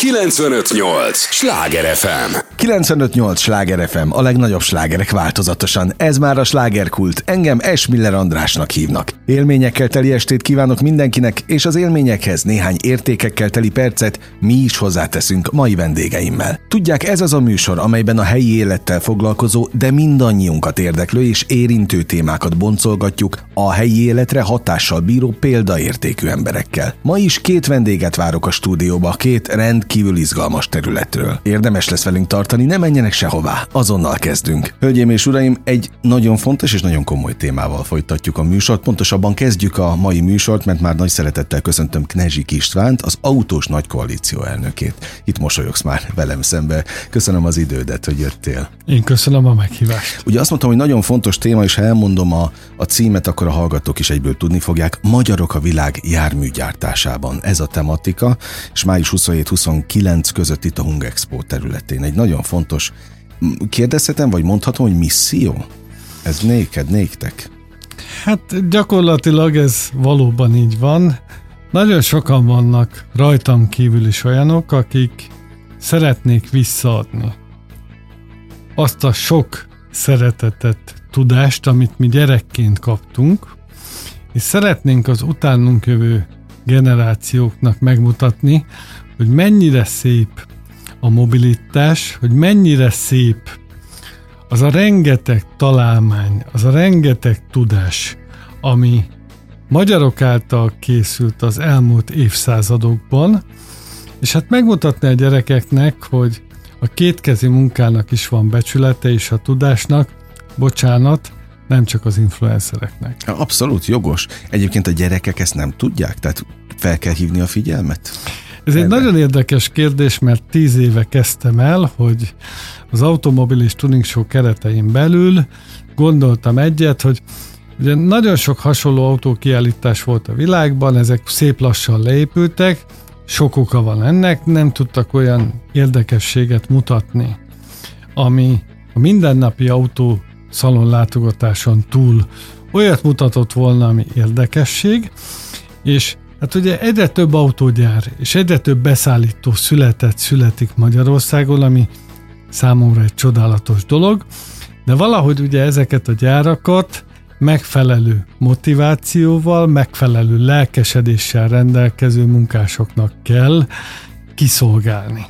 95.8 Sláger FM. 95.8 Sláger FM, a legnagyobb slágerek változatosan. Ez már a slágerkult. Engem Esmiller Andrásnak hívnak. Élményekkel teli estét kívánok mindenkinek, és az élményekhez néhány értékekkel teli percet mi is hozzáteszünk mai vendégeimmel. Tudják, ez az a műsor, amelyben a helyi élettel foglalkozó, de mindannyiunkat érdeklő és érintő témákat boncolgatjuk a helyi életre hatással bíró példaértékű emberekkel. Ma is két vendéget várok a stúdióba, két rendkívül izgalmas területről. Érdemes lesz velünk tartani, ne menjenek sehová, azonnal kezdünk. Hölgyeim és uraim, egy nagyon fontos és nagyon komoly témával folytatjuk a műsort, pontosabban kezdjük a mai műsort, mert már nagy szeretettel köszöntöm Knezsik Istvánt, az Autós Nagy Koalíció elnökét. Itt mosolyogsz már velem szembe. Köszönöm az idődet, hogy jöttél. Én köszönöm a meghívást. Ugye azt mondtam, hogy nagyon fontos téma, és ha elmondom a címet, akkor a hallgatók is egyből tudni fogják. Magyarok a világ járműgyártásában. Ez a tematika, és május 27-29 között itt a Hungexpo területén. Egy nagyon fontos, kérdezhetem, vagy mondhatom, hogy misszió? Ez néktek? Hát gyakorlatilag ez valóban így van. Nagyon sokan vannak rajtam kívül is olyanok, akik szeretnék visszaadni azt a sok szeretetet, tudást, amit mi gyerekként kaptunk, és szeretnénk az utánunk jövő generációknak megmutatni, hogy mennyire szép a mobilitás, hogy mennyire szép az a rengeteg találmány, az a rengeteg tudás, ami magyarok által készült az elmúlt évszázadokban, és hát megmutatni a gyerekeknek, hogy a kétkezi munkának is van becsülete, és a tudásnak, bocsánat, nem csak az influencereknek. Abszolút jogos. Egyébként a gyerekek ezt nem tudják, tehát fel kell hívni a figyelmet? Ez egy nagyon érdekes kérdés, mert 10 éve kezdtem el, hogy az Automobilis Tuning Show keretein belül gondoltam egyet, hogy ugye nagyon sok hasonló autókiállítás volt a világban, ezek szép lassan leépültek, sok oka van ennek, nem tudtak olyan érdekességet mutatni, ami a mindennapi autószalon látogatáson túl olyat mutatott volna, ami érdekesség, és hát ugye egyre több autógyár és egyre több beszállító születik Magyarországon, ami számomra egy csodálatos dolog, de valahogy ugye ezeket a gyárakat megfelelő motivációval, megfelelő lelkesedéssel rendelkező munkásoknak kell kiszolgálni.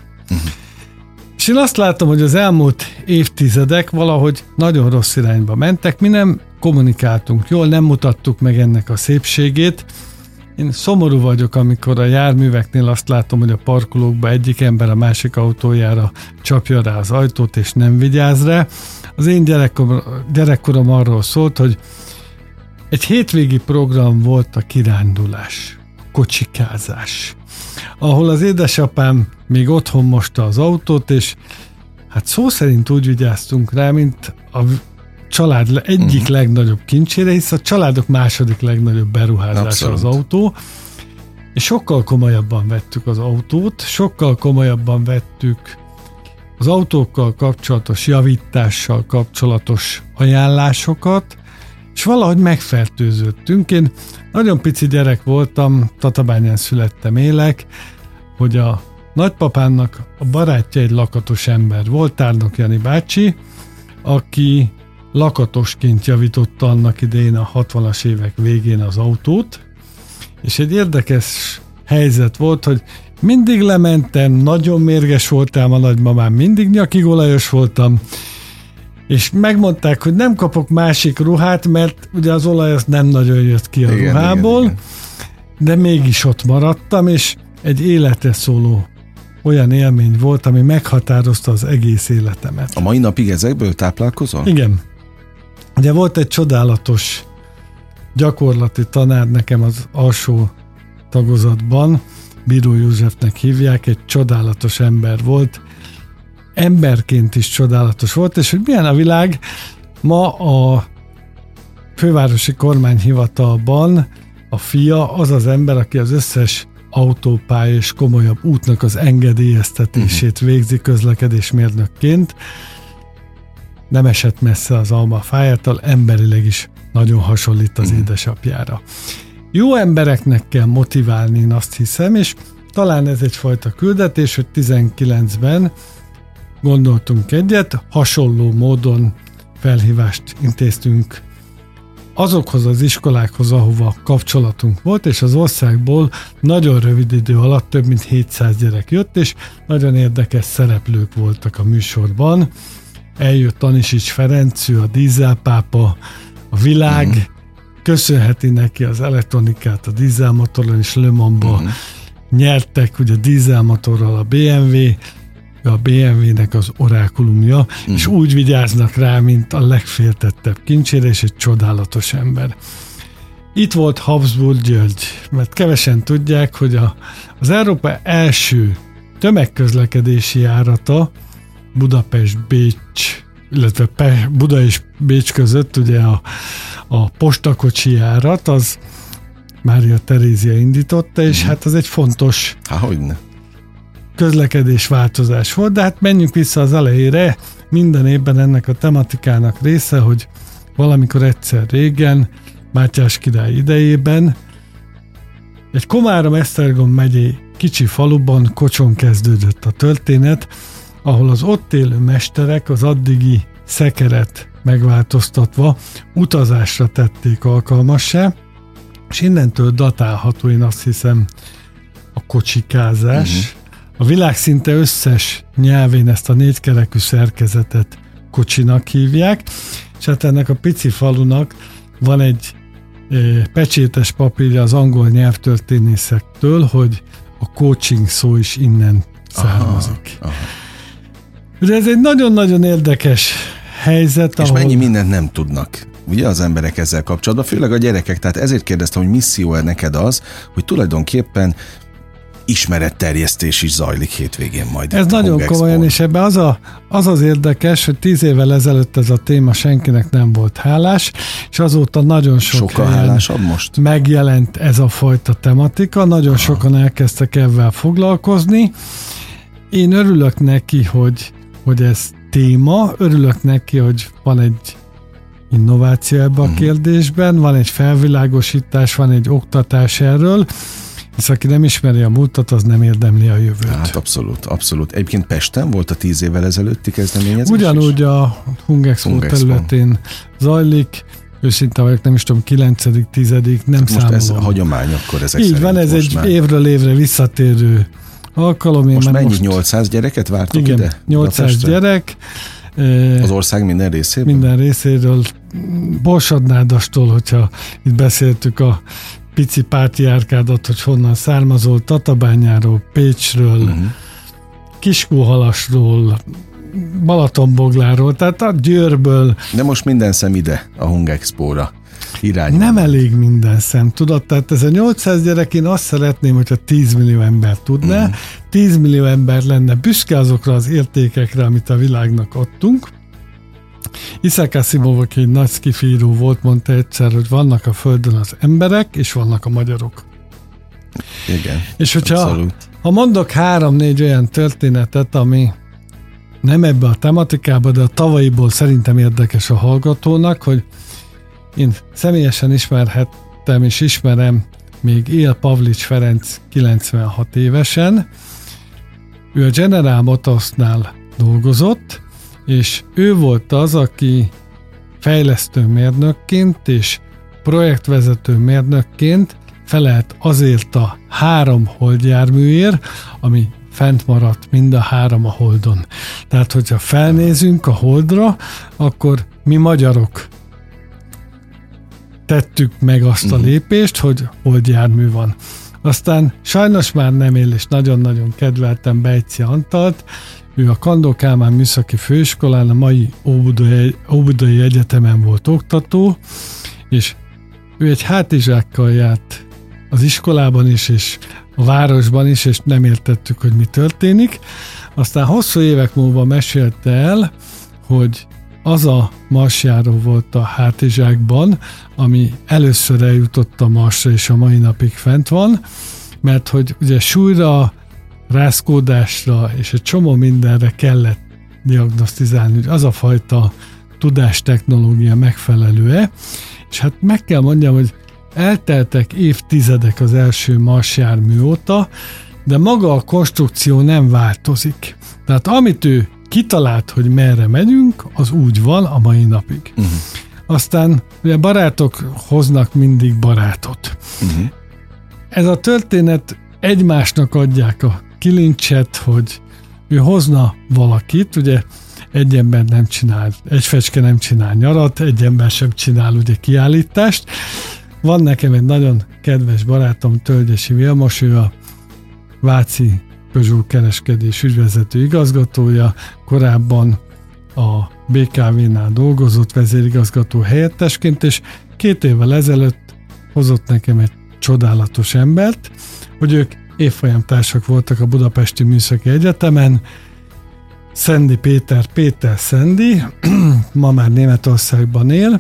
És én azt látom, hogy az elmúlt évtizedek valahogy nagyon rossz irányba mentek, mi nem kommunikáltunk jól, nem mutattuk meg ennek a szépségét. Én szomorú vagyok, amikor a járműveknél azt látom, hogy a parkolókban egyik ember a másik autójára csapja rá az ajtót, és nem vigyáz rá. Az én gyerekkorom arról szólt, hogy egy hétvégi program volt a kirándulás, a kocsikázás, ahol az édesapám még otthon mosta az autót, és hát szó szerint úgy vigyáztunk rá, mint a család egyik legnagyobb kincsére, hisz a családok második legnagyobb beruházása Abszolút. Az autó, és sokkal komolyabban vettük az autót, sokkal komolyabban vettük az autókkal kapcsolatos javítással kapcsolatos ajánlásokat, és valahogy megfertőződtünk. Én nagyon pici gyerek voltam, Tatabányán születtem, élek, hogy a nagypapámnak a barátja egy lakatos ember volt, Tárnok Jani bácsi, aki lakatosként javította annak idején a 60-as évek végén az autót, és egy érdekes helyzet volt, hogy mindig lementem, nagyon mérges voltam, a nagymamám mindig nyakigolajos voltam, és megmondták, hogy nem kapok másik ruhát, mert ugye az olaj az nem nagyon jött ki a ruhából, igen. De mégis ott maradtam, és egy életre szóló olyan élmény volt, ami meghatározta az egész életemet. A mai napig ezekből táplálkozol? Igen. Ugye volt egy csodálatos gyakorlati tanár nekem az alsó tagozatban, Bíró Józsefnek hívják, egy csodálatos ember volt, emberként is csodálatos volt, és hogy milyen a világ, ma a fővárosi kormányhivatalban a fia az az ember, aki az összes autópálya és komolyabb útnak az engedélyeztetését végzi közlekedésmérnökként. Nem esett messze az almafájától, emberileg is nagyon hasonlít az édesapjára. Jó embereknek kell motiválni, én azt hiszem, és talán ez egyfajta küldetés, hogy 19-ben gondoltunk egyet, hasonló módon felhívást intéztünk azokhoz az iskolákhoz, ahova kapcsolatunk volt, és az országból nagyon rövid idő alatt több mint 700 gyerek jött, és nagyon érdekes szereplők voltak a műsorban. Eljött Tanisics Ferenc, ő a dízelpápa, a világ köszönheti neki az elektronikát a dízelmotoron, és Le Mansba nyertek ugye dízelmotorral a BMW-nek az orákulumja, és úgy vigyáznak rá, mint a legféltettebb kincsére, és egy csodálatos ember. Itt volt Habsburg György, mert kevesen tudják, hogy az Európa első tömegközlekedési járata Budapest-Bécs, illetve Buda és Bécs között, ugye a postakocsi járat, az Mária Terézia indította, és hát az egy fontos közlekedés változás volt, de hát menjünk vissza az elejére. Minden évben ennek a tematikának része, hogy valamikor egyszer régen, Mátyás király idejében, egy Komárom-Esztergom megyei kicsi faluban, Kocson kezdődött a történet, ahol az ott élő mesterek az addigi szekeret megváltoztatva utazásra tették alkalmassá, és innentől datálható, én azt hiszem, a kocsikázás. A világ szinte összes nyelvén ezt a négykerekű szerkezetet kocsinak hívják, és hát ennek a pici falunak van egy pecsétes papírja az angol nyelvtörténészektől, hogy a coaching szó is innen származik. De ez egy nagyon-nagyon érdekes helyzet, és mennyi mindent nem tudnak ugye az emberek ezzel kapcsolatban, főleg a gyerekek, tehát ezért kérdeztem, hogy misszió-e neked az, hogy tulajdonképpen ismeretterjesztés is zajlik hétvégén majd. Ez nagyon komolyan, és ebben az érdekes, hogy 10 évvel ezelőtt ez a téma senkinek nem volt hálás, és azóta nagyon sok helyen most megjelent ez a fajta tematika, nagyon sokan elkezdtek ebben foglalkozni. Én örülök neki, hogy ez téma, örülök neki, hogy van egy innováció ebben a kérdésben, van egy felvilágosítás, van egy oktatás erről, hisz aki nem ismeri a múltat, az nem érdemli a jövőt. Hát abszolút. Egyébként Pesten volt a 10 évvel ezelőtti kezdeményezés? Ugyanúgy a Hungexpo területén zajlik, őszinte vagyok, nem is tudom, 9.-10. nem most számolom. Ez a hagyomány akkor ezek így szerint. Van, ez egy évről évre visszatérő alkalom. Most mennyi 800 gyereket vártok igen, ide? 800 gyerek. Az ország minden részéről? Minden részéről. Borsadnádastól, hogyha itt beszéltük a pici pátriárkádat, hogy honnan származol, Tatabányáról, Pécsről, Kiskunhalasról, Balatonbogláról, tehát a Győrből. De most minden szem ide a Hungexpo-ra irányul. Nem elég minden szem, tudod? Tehát ez a 800 gyerek, én azt szeretném, hogyha 10 millió ember tudná, 10 millió ember lenne büszke azokra az értékekre, amit a világnak adtunk. Isaac Asimov, aki egy nagy szkifíró volt, mondta egyszer, hogy vannak a Földön az emberek, és vannak a magyarok. Igen, és hogyha ha mondok 3-4 olyan történetet, ami nem ebbe a tematikába, de a tavalyiból szerintem érdekes a hallgatónak, hogy én személyesen ismerhettem és ismerem még él Pavlics Ferenc 96 évesen. Ő a General Motorsnál dolgozott, és ő volt az, aki fejlesztő mérnökként és projektvezető mérnökként felelt azért a 3 holdjárműért, ami fent maradt mind a 3 a Holdon. Tehát, hogyha felnézünk a Holdra, akkor mi magyarok tettük meg azt a lépést, hogy holdjármű van. Aztán sajnos már nem él, és nagyon-nagyon kedveltem Bejci Antalt. Ő a Kandó Kálmán Műszaki Főiskolán, a mai Óbudai Egyetemen volt oktató, és ő egy hátizsákkal járt az iskolában is, és a városban is, és nem értettük, hogy mi történik. Aztán hosszú évek múlva mesélte el, hogy az a marsjáró volt a hátizsákban, ami először eljutott a Marsra, és a mai napig fent van, mert hogy ugye súlyra, rázkódásra és egy csomó mindenre kellett diagnosztizálni, hogy az a fajta tudástechnológia megfelelő-e, és hát meg kell mondjam, hogy elteltek évtizedek az első marsjármű óta, de maga a konstrukció nem változik. Tehát amit ő kitalált, hogy merre megyünk, az úgy van a mai napig. Aztán ugye barátok hoznak mindig barátot. Ez a történet egymásnak adják a kilincset, hogy ő hozna valakit, ugye egy ember nem csinál, egy fecske nem csinál nyarat, egy ember sem csinál ugye kiállítást. Van nekem egy nagyon kedves barátom, Tölgyesi Vilmos, ő a Váci Peugeot kereskedés ügyvezető igazgatója, korábban a BKV-nál dolgozott vezérigazgató helyettesként, és 2 évvel ezelőtt hozott nekem egy csodálatos embert, hogy ők évfolyamtársak voltak a Budapesti Műszaki Egyetemen. Szendi Péter Szendi, ma már Németországban él,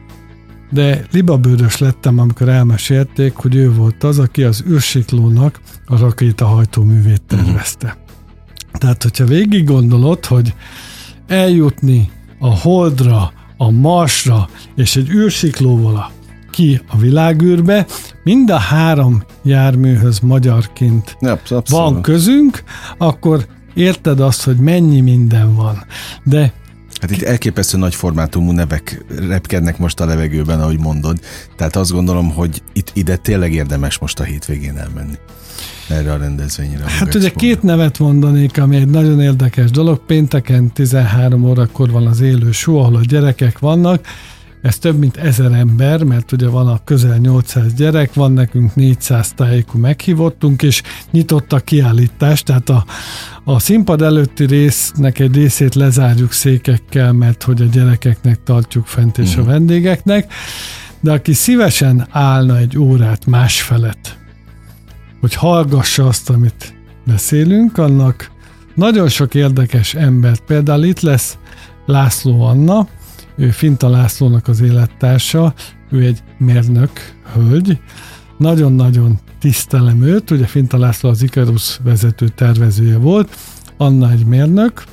de libabőrös lettem, amikor elmesélték, hogy ő volt az, aki az űrsiklónak a rakétahajtóművét tervezte. Tehát, hogyha végig gondolod, hogy eljutni a Holdra, a Marsra és egy űrsiklóval ki a világűrbe, mind a 3 járműhöz magyarként van közünk, akkor érted azt, hogy mennyi minden van. De hát itt elképesztő nagy formátumú nevek repkednek most a levegőben, ahogy mondod. Tehát azt gondolom, hogy ide tényleg érdemes most a hétvégén elmenni. Erre a rendezvényre. Hát ugye 2 nevet mondanék, ami egy nagyon érdekes dolog. Pénteken 13 órakor van az élő show, ahol a gyerekek vannak. Ez több mint 1000 ember, mert ugye van a közel 800 gyerek, van nekünk 400 tájékú meghívottunk, és nyitott a kiállítás, tehát a színpad előtti résznek egy részét lezárjuk székekkel, mert hogy a gyerekeknek tartjuk fent és a vendégeknek, de aki szívesen állna egy órát másfelett, hogy hallgassa azt, amit beszélünk, annak nagyon sok érdekes embert, például itt lesz László Anna, ő Finta Lászlónak az élettársa, ő egy mérnök hölgy, nagyon-nagyon tisztelem őt, ugye Finta László az Ikarus vezető tervezője volt, Anna egy mérnök,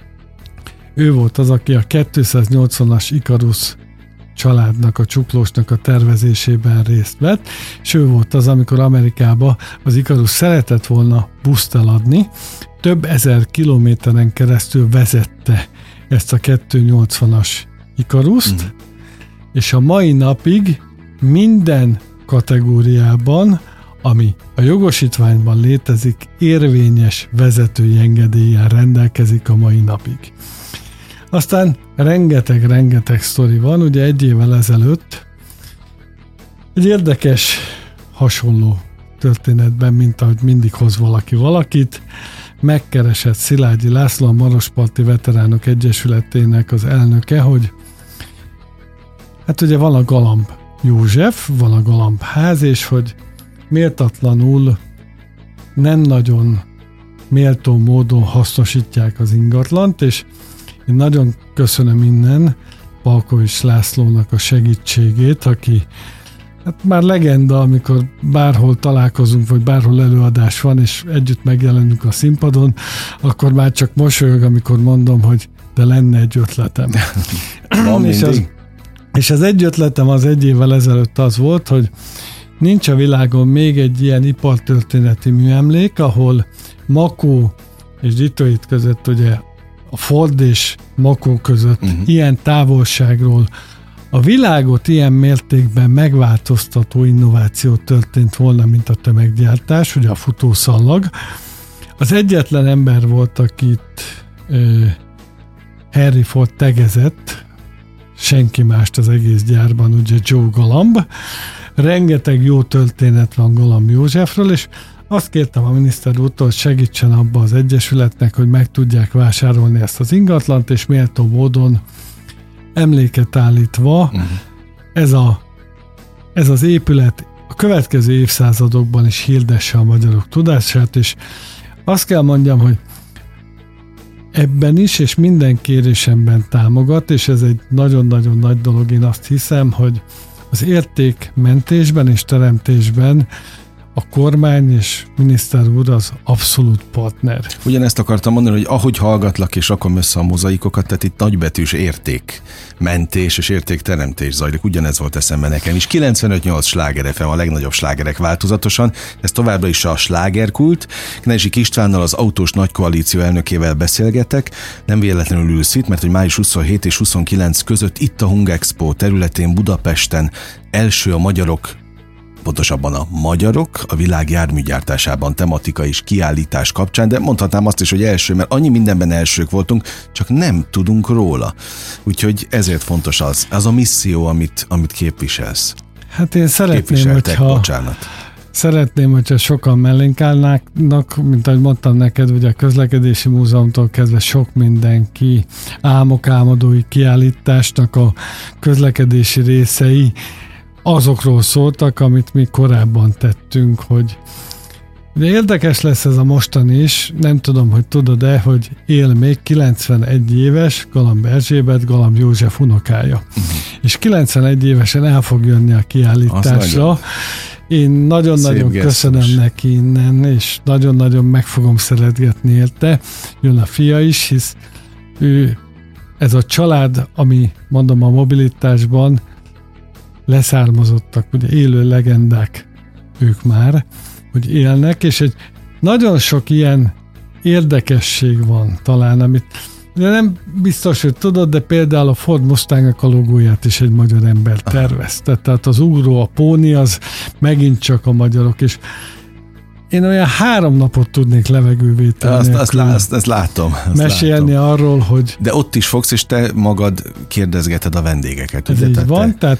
ő volt az, aki a 280-as Ikarus családnak, a csuklósnak a tervezésében részt vett, és ő volt az, amikor Amerikába az Ikarus szeretett volna buszt eladni, több ezer kilométeren keresztül vezette ezt a 280-as Ikaruszt, és a mai napig minden kategóriában, ami a jogosítványban létezik, érvényes vezetői engedéllyel rendelkezik a mai napig. Aztán rengeteg sztori van, ugye 1 évvel ezelőtt egy érdekes hasonló történetben, mint ahogy mindig hoz valaki valakit, megkeresett Szilágyi László, a Marosparti Veteránok Egyesületének az elnöke, hogy hát ugye van a Galamb József, van a Galamb ház, és hogy méltatlanul nem nagyon méltó módon hasznosítják az ingatlant, és én nagyon köszönöm innen Palkovics Lászlónak a segítségét, aki hát már legenda, amikor bárhol találkozunk, vagy bárhol előadás van, és együtt megjelenünk a színpadon, akkor már csak mosolyog, amikor mondom, hogy de lenne egy ötletem. és az egy ötletem az 1 évvel ezelőtt az volt, hogy nincs a világon még egy ilyen ipartörténeti műemlék, ahol Makó és Detroit között, ugye a Ford és Makó között ilyen távolságról a világot ilyen mértékben megváltoztató innováció történt volna, mint a tömeggyártás, ugye a futószallag. Az egyetlen ember volt, akit Henry Ford tegezett, senki mást az egész gyárban, ugye Joe Galamb. Rengeteg jó történet van Galamb Józsefről, és azt kértem a miniszter úrtól, hogy segítsen abba az egyesületnek, hogy meg tudják vásárolni ezt az ingatlant, és méltó módon emléket állítva ez az épület a következő évszázadokban is hirdesse a magyarok tudását, és azt kell mondjam, hogy ebben is, és minden kérésemben támogat, és ez egy nagyon-nagyon nagy dolog, én azt hiszem, hogy az értékmentésben és teremtésben a kormány és miniszter úr az abszolút partner. Ugyanezt akartam mondani, hogy ahogy hallgatlak és rakom össze a mozaikokat, tehát itt nagybetűs értékmentés és értékteremtés zajlik. Ugyanez volt eszembe nekem is. 95.8 Sláger FM, a legnagyobb slágerek változatosan. Ez továbbra is a slágerkult. Knežik Istvánnal, az Autós Nagykoalíció elnökével beszélgetek. Nem véletlenül ülsz itt, mert hogy május 27 és 29 között itt a Hungexpo területén Budapesten első a magyarok, pontosabban a magyarok a világ járműgyártásában tematikai és kiállítás kapcsán, de mondhatnám azt is, hogy első, mert annyi mindenben elsők voltunk, csak nem tudunk róla. Úgyhogy ezért fontos az a misszió, amit képviselsz. Hát én szeretném, hogyha sokan mellénk állnának, mint ahogy mondtam neked, ugye a Közlekedési Múzeumtól kezdve sok mindenki, álmodói kiállításnak a közlekedési részei azokról szóltak, amit mi korábban tettünk, hogy ugye érdekes lesz ez a mostani is, nem tudom, hogy tudod-e, hogy él még 91 éves Galamb Erzsébet, Galamb József unokája. És 91 évesen el fog jönni a kiállításra. Én nagyon-nagyon köszönöm neki innen, és nagyon-nagyon meg fogom szeretgetni érte. Jön a fia is, hisz ez a család, ami mondom a mobilitásban leszármazottak, ugye élő legendák ők már, hogy élnek, és egy nagyon sok ilyen érdekesség van talán, amit ugye nem biztos, hogy tudod, de például a Ford Mustangnak a logóját is egy magyar ember tervezte. Tehát az ugró, a póni az megint csak a magyarok, és én olyan 3 napot tudnék levegővétel nélkül azt látom. Mesélni arról, hogy... De ott is fogsz, és te magad kérdezgeted a vendégeket. Ez így van, tehát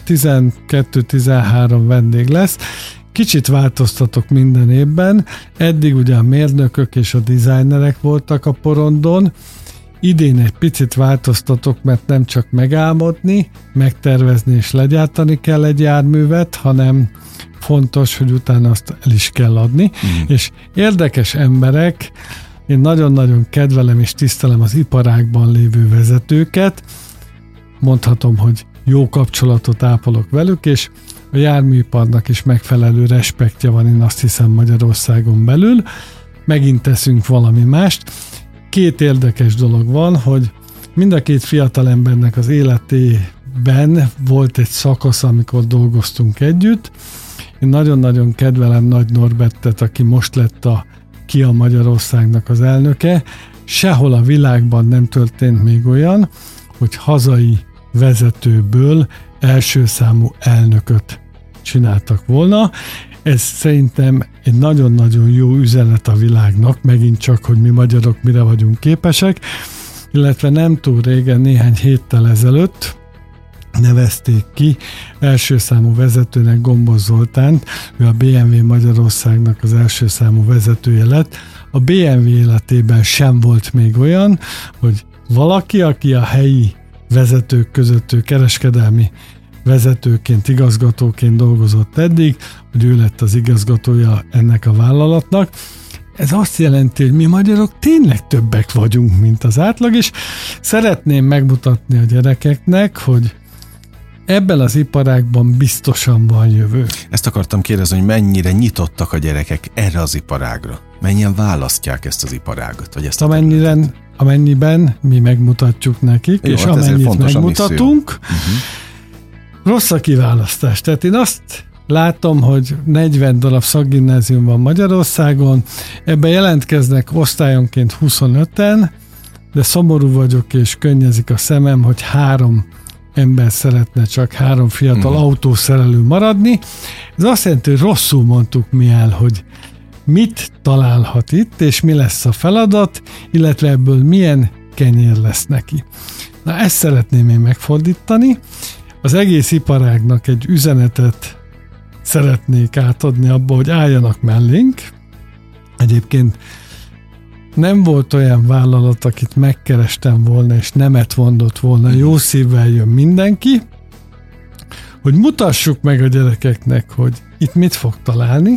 12-13 vendég lesz. Kicsit változtatok minden évben. Eddig ugye a mérnökök és a designerek voltak a porondon. Idén egy picit változtatok, mert nem csak megálmodni, megtervezni és legyártani kell egy járművet, hanem fontos, hogy utána azt el is kell adni. És érdekes emberek, én nagyon-nagyon kedvelem és tisztelem az iparágban lévő vezetőket, mondhatom, hogy jó kapcsolatot ápolok velük, és a járműiparnak is megfelelő respektje van, én azt hiszem Magyarországon belül. Megint teszünk valami mást. 2 érdekes dolog van, hogy mind a 2 fiatalembernek az életében volt egy szakasz, amikor dolgoztunk együtt. Én nagyon-nagyon kedvelem Nagy Norbertet, aki most lett a KIA Magyarországnak az elnöke. Sehol a világban nem történt még olyan, hogy hazai vezetőből első számú elnököt csináltak volna. Ez szerintem egy nagyon-nagyon jó üzenet a világnak, megint csak, hogy mi magyarok mire vagyunk képesek, illetve nem túl régen, néhány héttel ezelőtt nevezték ki első számú vezetőnek Gombos Zoltánt, ő a BMW Magyarországnak az első számú vezetője lett. A BMW életében sem volt még olyan, hogy valaki, aki a helyi vezetők között ő kereskedelmi vezetőként, igazgatóként dolgozott eddig, hogy ő lett az igazgatója ennek a vállalatnak. Ez azt jelenti, hogy mi magyarok tényleg többek vagyunk, mint az átlag, és szeretném megmutatni a gyerekeknek, hogy ebben az iparágban biztosan van jövő. Ezt akartam kérdezni, hogy mennyire nyitottak a gyerekek erre az iparágra? Mennyien választják ezt az iparágot? Vagy ezt amennyiben mi megmutatjuk nekik, jó, és hát amennyit megmutatunk, rossz a kiválasztás. Tehát én azt látom, hogy 40 darab szakgimnázium van Magyarországon, ebben jelentkeznek osztályonként 25-en, de szomorú vagyok és könnyezik a szemem, hogy 3 ember szeretne csak 3 fiatal autószerelő maradni. Ez azt jelenti, hogy rosszul mondtuk mi el, hogy mit találhat itt, és mi lesz a feladat, illetve ebből milyen kenyér lesz neki. Na, ezt szeretném én megfordítani. Az egész iparágnak egy üzenetet szeretnék átadni abba, hogy álljanak mellénk. Egyébként nem volt olyan vállalat, akit megkerestem volna, és nemet mondott volna, jó szívvel jön mindenki, hogy mutassuk meg a gyerekeknek, hogy itt mit fog találni,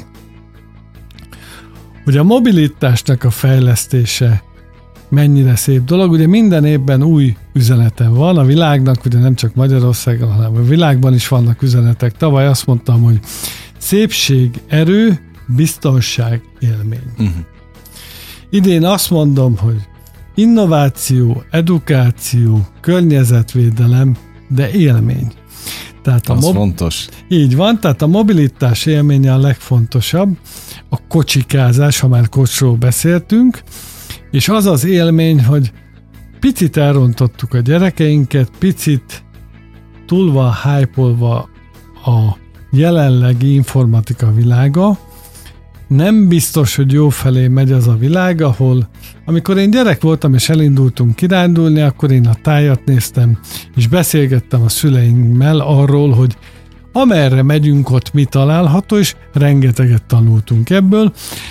hogy a mobilitásnak a fejlesztése mennyire szép dolog. Ugye minden évben új üzenete van a világnak, ugye nem csak Magyarországon, hanem a világban is vannak üzenetek. Tavaly azt mondtam, hogy szépség, erő, biztonság élmény. Idén azt mondom, hogy innováció, edukáció, környezetvédelem, de élmény. Tehát az fontos. Így van, tehát a mobilitás élménye a legfontosabb, a kocsikázás, ha már kocsról beszéltünk, és az az élmény, hogy picit elrontottuk a gyerekeinket, picit túl van hype-olva a jelenlegi informatika világa. Nem biztos, hogy jó felé megy az a világ, ahol amikor én gyerek voltam és elindultunk kirándulni, akkor én a tájat néztem, és beszélgettem a szüleimmel arról, hogy amerre megyünk, ott mi található, és rengeteget tanultunk ebből.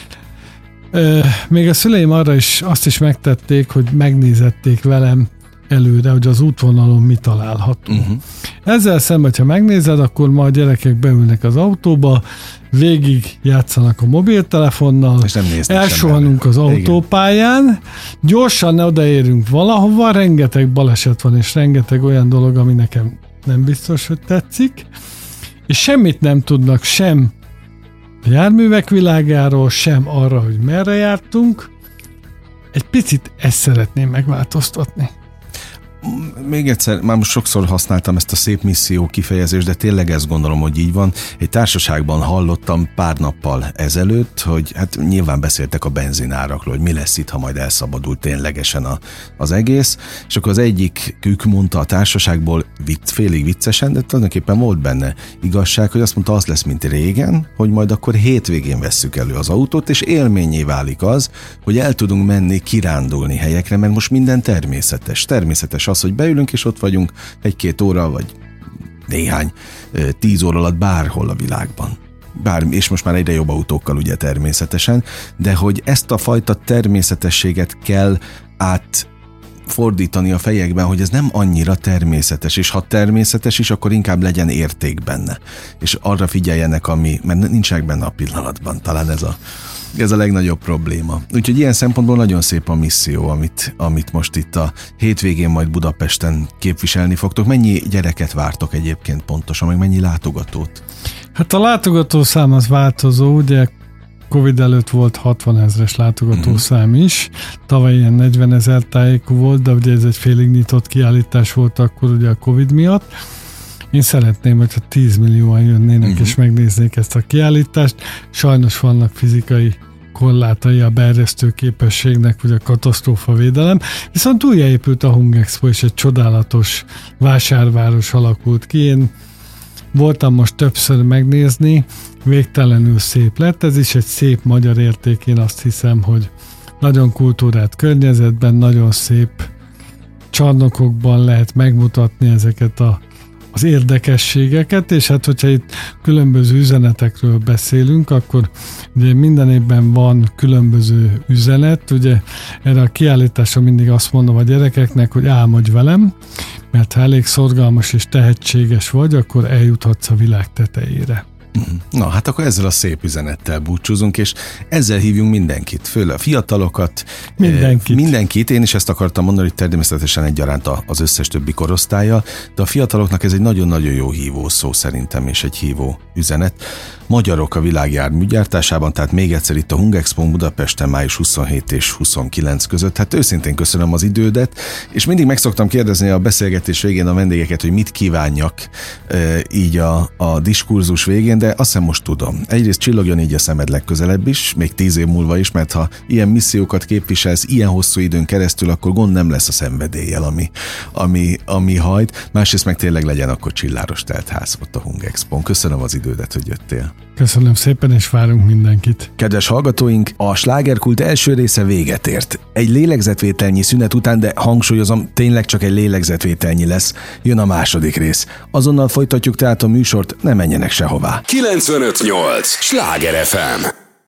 Még a szüleim arra is azt is megtették, hogy megnézették velem előre, hogy az útvonalon mi található. Ezzel szemben, ha megnézed, akkor ma a gyerekek beülnek az autóba, végig játszanak a mobiltelefonnal, elsohanunk az autópályán, gyorsan odaérünk valahova, rengeteg baleset van, és rengeteg olyan dolog, ami nekem nem biztos, hogy tetszik, és semmit nem tudnak sem a járművek világáról, sem arra, hogy merre jártunk. Egy picit ezt szeretném megváltoztatni. Még egyszer, már most sokszor használtam ezt a szép misszió kifejezést, de tényleg ezt gondolom, hogy így van. Egy társaságban hallottam pár nappal ezelőtt, hogy hát nyilván beszéltek a benzinárakról, hogy mi lesz itt, ha majd elszabadul ténylegesen az egész, és akkor az egyikük mondta a társaságból félig viccesen, de tulajdonképpen volt benne igazság, hogy azt mondta, az lesz, mint régen, hogy majd akkor hétvégén vesszük elő az autót, és élménnyé válik az, hogy el tudunk menni kirándulni helyekre, mert most minden természetes. Természetes az, hogy beülünk és ott vagyunk 1-2 óra, vagy néhány 10 óra alatt bárhol a világban. És most már egyre jobb autókkal ugye természetesen, de hogy ezt a fajta természetességet kell átfordítani a fejekben, hogy ez nem annyira természetes, és ha természetes is, akkor inkább legyen érték benne. És arra figyeljenek, mert nincsenek benne a pillanatban. Talán ez a legnagyobb probléma. Úgyhogy ilyen szempontból nagyon szép a misszió, amit most itt a hétvégén majd Budapesten képviselni fogtok. Mennyi gyereket vártok egyébként pontosan, meg mennyi látogatót? Hát a látogatószám az változó, ugye Covid előtt volt 60 000-es látogatószám is, tavaly ilyen 40 000 tájékú volt, de ugye ez egy félig nyitott kiállítás volt akkor ugye a Covid miatt. Én szeretném, hogyha 10 millióan jönnének és megnéznék ezt a kiállítást. Sajnos vannak fizikai korlátai a beeresztő képességnek, vagy a katasztrófavédelem, viszont újjáépült a Hungexpo, és egy csodálatos vásárváros alakult ki. Én voltam most többször megnézni, végtelenül szép lett. Ez is egy szép magyar érték, én azt hiszem, hogy nagyon kultúrát környezetben, nagyon szép csarnokokban lehet megmutatni ezeket az érdekességeket, és hát hogyha itt különböző üzenetekről beszélünk, akkor ugye minden évben van különböző üzenet, ugye erre a kiállításra mindig azt mondom a gyerekeknek, hogy álmodj velem, mert ha elég szorgalmas és tehetséges vagy, akkor eljuthatsz a világ tetejére. Na, hát akkor ezzel a szép üzenettel búcsúzunk, és ezzel hívjunk mindenkit, főleg a fiatalokat. Mindenkit. Én is ezt akartam mondani, hogy természetesen egyaránt az összes többi korosztállyal, de a fiataloknak ez egy nagyon-nagyon jó hívó szó szerintem, és egy hívó üzenet. Magyarok a világ járműgyártásában, tehát még egyszer itt a Hungexpo Budapesten május 27 és 29 között. Hát őszintén köszönöm az idődet, és mindig meg szoktam kérdezni a beszélgetés végén a vendégeket, hogy mit kívánjak így a diskurzus végén, de azt hiszem most tudom. Egyrészt csillogjon így a szemed legközelebb is, még 10 év múlva is, mert ha ilyen missziókat képviselsz ilyen hosszú időn keresztül, akkor gond nem lesz a szenvedéllyel, ami hajt. Másrészt meg tényleg legyen akkor csilláros telt ház ott a Hungexpon. Köszönöm az idődet, hogy jöttél. Köszönöm szépen, és várunk mindenkit. Kedves hallgatóink, a Slágerkult első része véget ért. Egy lélegzetvételnyi szünet után, de hangsúlyozom, tényleg csak egy lélegzetvételnyi lesz. Jön a második rész. Azonnal folytatjuk tehát a műsort, ne menjenek sehová. 95.8 Sláger FM.